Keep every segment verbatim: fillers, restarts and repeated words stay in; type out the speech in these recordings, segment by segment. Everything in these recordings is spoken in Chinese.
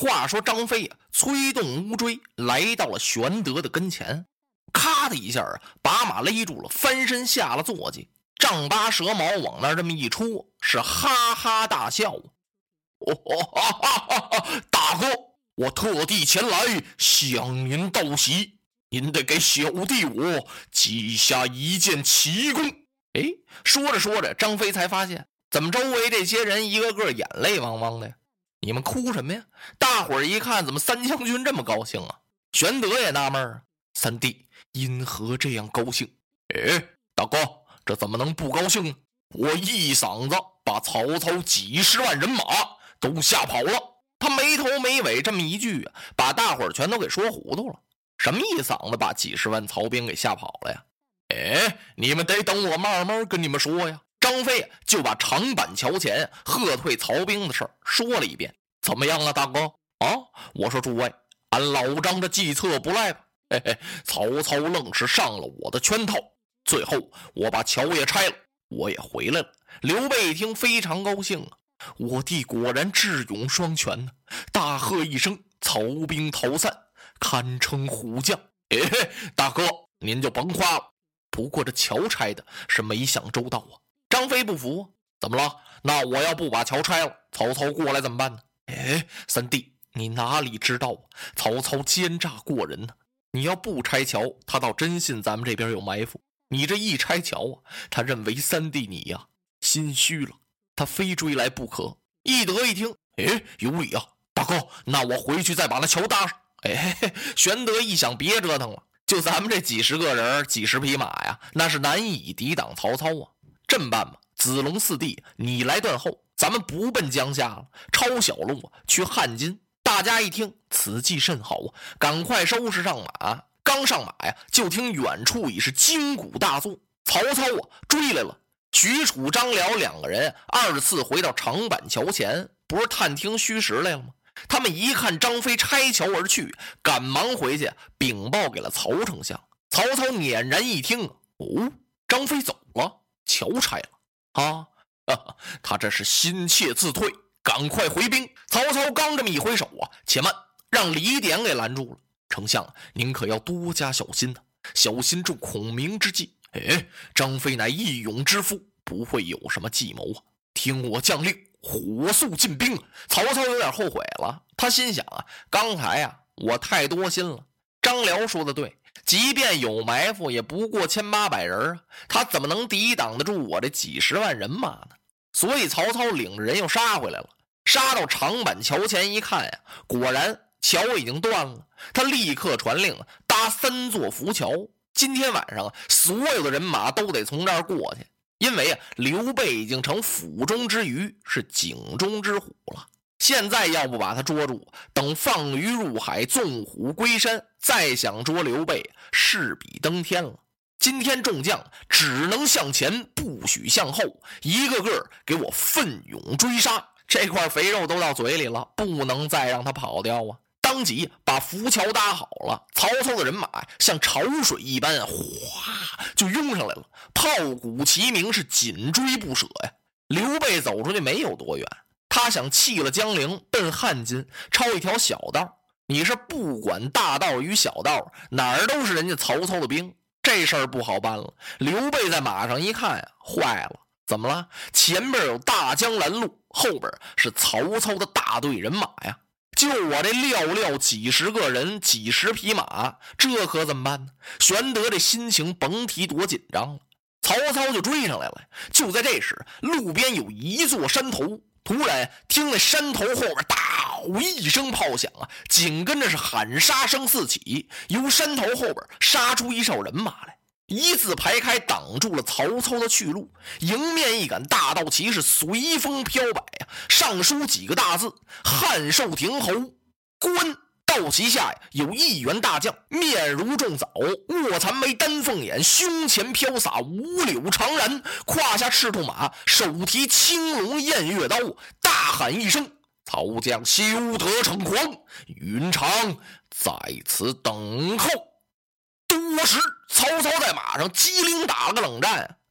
话说张飞啊，催动乌骓来到了玄德的跟前，咔的一下啊，把马勒住了，翻身下了坐骑，丈八蛇矛往那儿这么一戳，是哈哈大笑。哦哈哈哈哈！大哥，我特地前来向您道喜，您得给小弟我记下一件奇功。哎，说着说着，张飞才发现，怎么周围这些人一个个眼泪汪汪的呀？你们哭什么呀？大伙儿一看，怎么三将军这么高兴啊？玄德也纳闷啊，三弟因何这样高兴？哎，大哥，这怎么能不高兴呢？我一嗓子把曹操几十万人马都吓跑了。他没头没尾这么一句啊，把大伙儿全都给说糊涂了。什么一嗓子把几十万曹兵给吓跑了呀？哎，你们得等我慢慢跟你们说呀。张飞就把长板桥前喝退曹兵的事说了一遍。怎么样啊，大哥啊？我说诸位，俺老张的计策不赖吧？嘿嘿，曹操愣是上了我的圈套，最后我把桥也拆了，我也回来了。刘备一听非常高兴啊，我弟果然智勇双全呢、啊！大喝一声，曹兵逃散，堪称虎将。嘿嘿，大哥您就甭夸了，不过这桥拆的是没想周到啊。张飞不服，怎么了？那我要不把桥拆了，曹操过来怎么办呢？哎，三弟，你哪里知道啊？曹操奸诈过人呢、啊。你要不拆桥，他倒真信咱们这边有埋伏。你这一拆桥啊，他认为三弟你呀、啊、心虚了，他非追来不可。翼德一听，哎，有理啊，大哥，那我回去再把那桥搭上。哎，玄德一想，别折腾了，就咱们这几十个人，几十匹马呀，那是难以抵挡曹操啊。这么办吧，子龙四弟，你来断后，咱们不奔江夏了，抄小路啊，去汉津。大家一听，此计甚好啊，赶快收拾上马。刚上马呀，就听远处已是金鼓大作，曹操啊追来了。许褚、张辽两个人二次回到长板桥前，不是探听虚实来了吗？他们一看张飞拆桥而去，赶忙回去禀报给了曹丞相。曹操俨然一听，哦，张飞走了，桥拆了啊！哈哈，他这是心切自退，赶快回兵。曹操刚这么一挥手啊，且慢，让李典给拦住了。丞相，您可要多加小心呐、啊，小心中孔明之计。哎，张飞乃义勇之夫，不会有什么计谋啊！听我将令，火速进兵。曹操有点后悔了，他心想啊，刚才啊我太多心了。张辽说的对，即便有埋伏，也不过千八百人啊，他怎么能抵挡得住我这几十万人马呢？所以曹操领着人又杀回来了。杀到长板桥前一看呀，果然桥已经断了。他立刻传令搭三座浮桥，今天晚上啊，所有的人马都得从这儿过去，因为啊，刘备已经成府中之鱼，是井中之虎了。现在要不把他捉住，等放鱼入海，纵虎归山，再想捉刘备，势比登天了。今天众将只能向前，不许向后，一个个给我奋勇追杀。这块肥肉都到嘴里了，不能再让他跑掉啊！当即把浮桥搭好了，曹操的人马像潮水一般，哗就涌上来了，炮鼓齐鸣，是紧追不舍呀。刘备走出去没有多远，他想弃了江陵，奔汉津，抄一条小道。你是不管大道与小道，哪儿都是人家曹操的兵，这事儿不好办了。刘备在马上一看呀，坏了，怎么了？前边有大江拦路，后边是曹操的大队人马呀。就我这寥寥几十个人，几十匹马，这可怎么办呢？玄德这心情甭提多紧张了。曹操就追上来了。就在这时，路边有一座山头，突然听那山头后边嗷一声炮响啊，紧跟着是喊杀声四起，由山头后边杀出一哨人马来，一字排开，挡住了曹操的去路。迎面一杆大道旗是随风飘摆呀、啊，上书几个大字：汉寿亭侯关。道旗下呀有一员大将，面如重枣，卧蚕眉，丹凤眼，胸前飘洒五柳长髯，胯下赤兔马，手提青龙偃月刀，大喊一声：曹将休得逞狂，云长在此等候。多时，曹操在马上机灵打了个冷战。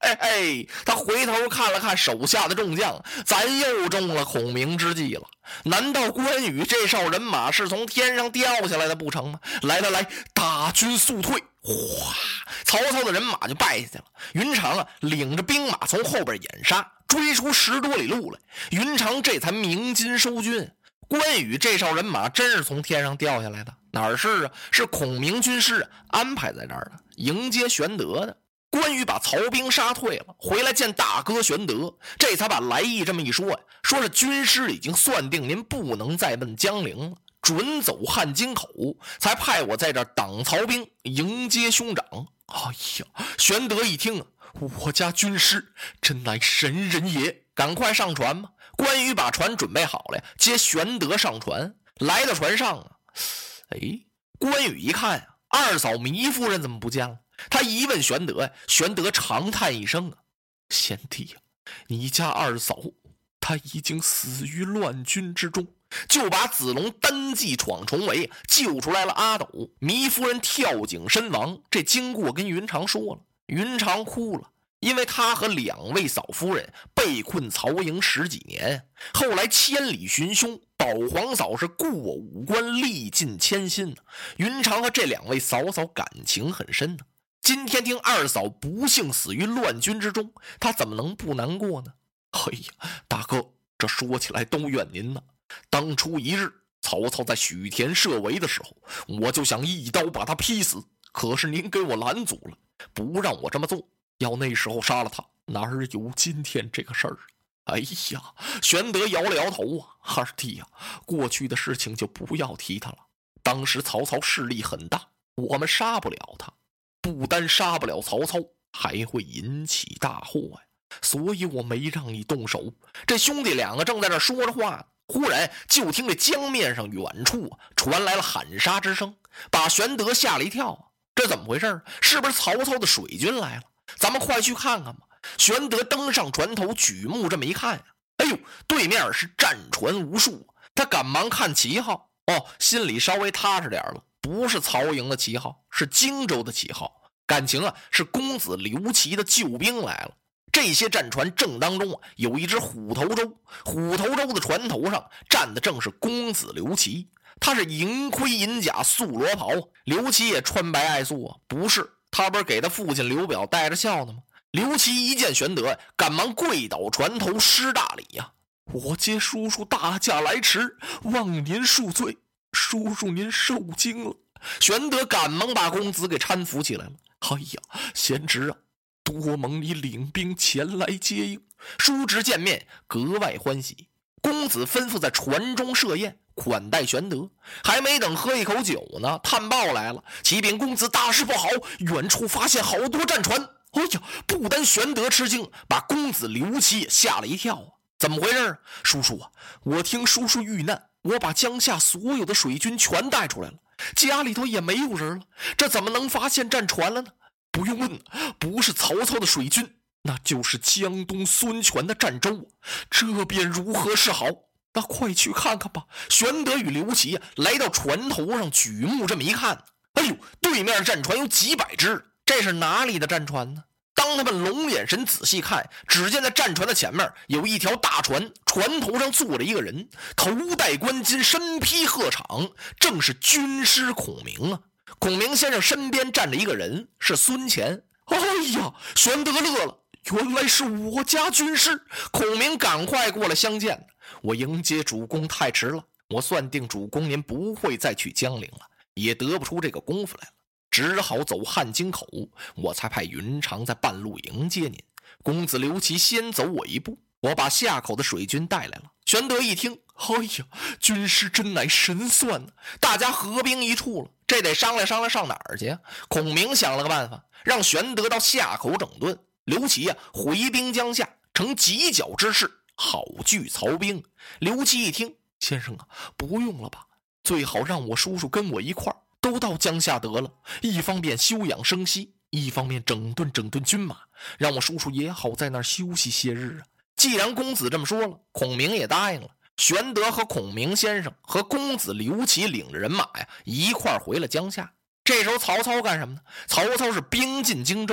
哎哎，他回头看了看手下的众将，咱又中了孔明之计了。难道关羽这哨人马是从天上掉下来的不成吗？来来来，大军速退！哗，曹操的人马就败下去了。云长啊，领着兵马从后边掩杀，追出十多里路来。云长这才鸣金收军。关羽这哨人马真是从天上掉下来的？哪儿是啊？是孔明军师安排在这儿的，迎接玄德的。关羽把曹兵杀退了，回来见大哥玄德，这才把来意这么一说呀，说是军师已经算定您不能再问江陵了，准走汉津口，才派我在这儿挡曹兵，迎接兄长。哎呀，玄德一听啊，我家军师真乃神人也，赶快上船吧。关羽把船准备好了呀，接玄德上船。来到船上啊，哎，关羽一看啊，二嫂糜夫人怎么不见了？他一问玄德，玄德长叹一声啊，贤弟呀、啊，你家二嫂她已经死于乱军之中，就把子龙单骑闯重围，救出来了阿斗。糜夫人跳井身亡，这经过跟云长说了，云长哭了，因为他和两位嫂夫人被困曹营十几年，后来千里寻凶，保皇嫂是顾我五官，历尽千辛。云长和这两位嫂嫂感情很深呢。今天听二嫂不幸死于乱军之中，他怎么能不难过呢？哎呀，大哥，这说起来都怨您呢。当初一日，曹操在许田设围的时候，我就想一刀把他劈死，可是您给我拦阻了，不让我这么做。要那时候杀了他，哪儿有今天这个事儿？哎呀，玄德摇了摇头啊，二弟呀、啊，过去的事情就不要提他了。当时曹操势力很大，我们杀不了他。不单杀不了曹操，还会引起大祸呀！所以我没让你动手。这兄弟两个正在这说着话，忽然就听这江面上远处啊传来了喊杀之声，把玄德吓了一跳啊！这怎么回事？是不是曹操的水军来了？咱们快去看看吧！玄德登上船头，举目这么一看呀，哎呦，对面是战船无数。他赶忙看旗号，哦，心里稍微踏实点了。不是曹营的旗号，是荆州的旗号。感情啊，是公子刘琦的救兵来了。这些战船正当中啊，有一只虎头舟，虎头舟的船头上站的正是公子刘琦。他是银盔银甲素罗袍，刘琦也穿白爱素啊，不是他不是给他父亲刘表带着笑呢吗？刘琦一见玄德，赶忙跪倒船头施大礼呀、啊！我接叔叔大驾来迟，望您恕罪。叔叔您受惊了。玄德赶忙把公子给搀扶起来了。哎呀，贤侄啊，多蒙你领兵前来接应，叔侄见面格外欢喜。公子吩咐在船中设宴款待玄德，还没等喝一口酒呢，探报来了，启禀公子，大事不好，远处发现好多战船。哎呀，不单玄德吃惊，把公子刘琦也吓了一跳啊！怎么回事？叔叔啊，我听叔叔遇难，我把江夏所有的水军全带出来了，家里头也没有人了，这怎么能发现战船了呢？不用问，不是曹操的水军，那就是江东孙权的战舟，这便如何是好？那快去看看吧！玄德与刘琦来到船头上，举目这么一看，哎呦，对面战船有几百只，这是哪里的战船呢？当他们龙眼神仔细看，只见在战船的前面有一条大船，船头上坐着一个人，头戴冠巾，身披鹤氅，正是军师孔明啊！孔明先生身边站着一个人，是孙乾。哎呀，玄德乐了，原来是我家军师！孔明赶快过来相见。我迎接主公太迟了，我算定主公您不会再去江陵了，也得不出这个功夫来了，只好走汉津口，我才派云长在半路迎接您。公子刘琦先走我一步，我把下口的水军带来了。玄德一听，哎呀，军师真乃神算呢！大家合兵一处了，这得商量商量上哪儿去。孔明想了个办法，让玄德到下口整顿，刘琦呀、啊、回兵江夏，成犄角之势，好拒曹兵。刘琦一听，先生啊，不用了吧，最好让我叔叔跟我一块儿都到江夏得了，一方面休养生息，一方面整顿整顿军马，让我叔叔也好在那儿休息些日啊。既然公子这么说了，孔明也答应了。玄德和孔明先生和公子刘琦领着人马呀，一块儿回了江夏。这时候曹操干什么呢？曹操是兵进荆州啊，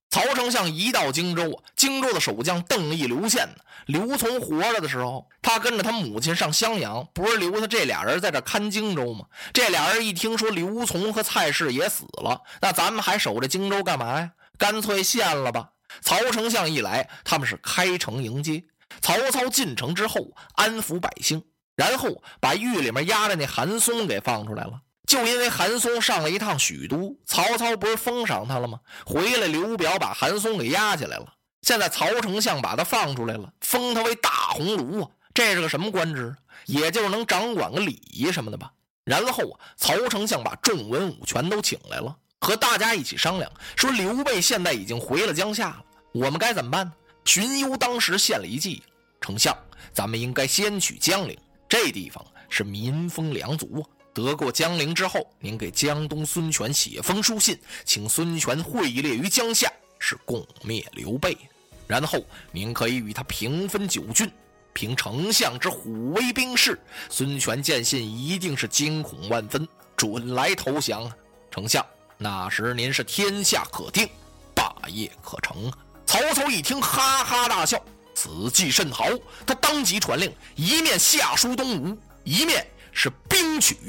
曹丞相一到荆州啊，荆州的守将邓毅、刘宪呢，刘琮活着的时候，他跟着他母亲上襄阳，不是留下这俩人在这看荆州吗？这俩人一听说刘琮和蔡氏也死了，那咱们还守着荆州干嘛呀？干脆献了吧。曹丞相一来，他们是开城迎接。曹操进城之后，安抚百姓，然后把狱里面压着那韩松给放出来了。就因为韩松上了一趟许都，曹操不是封赏他了吗？回来刘表把韩松给押起来了。现在曹丞相把他放出来了，封他为大鸿胪啊，这是个什么官职？也就是能掌管个礼仪什么的吧。然后啊，曹丞相把众文武全都请来了，和大家一起商量，说刘备现在已经回了江夏了，我们该怎么办呢？荀攸当时献了一计，丞相，咱们应该先取江陵，这地方是民风良足啊。得过江陵之后，您给江东孙权写封书信，请孙权会列于江夏，是共灭刘备。然后您可以与他平分九郡，凭丞相之虎威兵势，孙权见信一定是惊恐万分，准来投降啊！丞相，那时您是天下可定，霸业可成啊！曹操一听，哈哈大笑，此计甚好。他当即传令，一面下书东吴，一面是兵取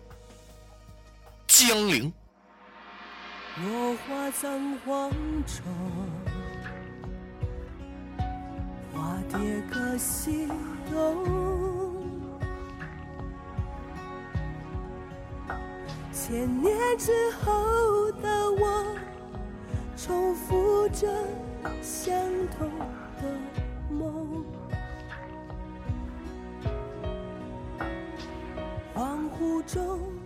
江陵。 落花葬黄冢，花蝶各西东。千年之后的我，重复着相同的梦。恍惚中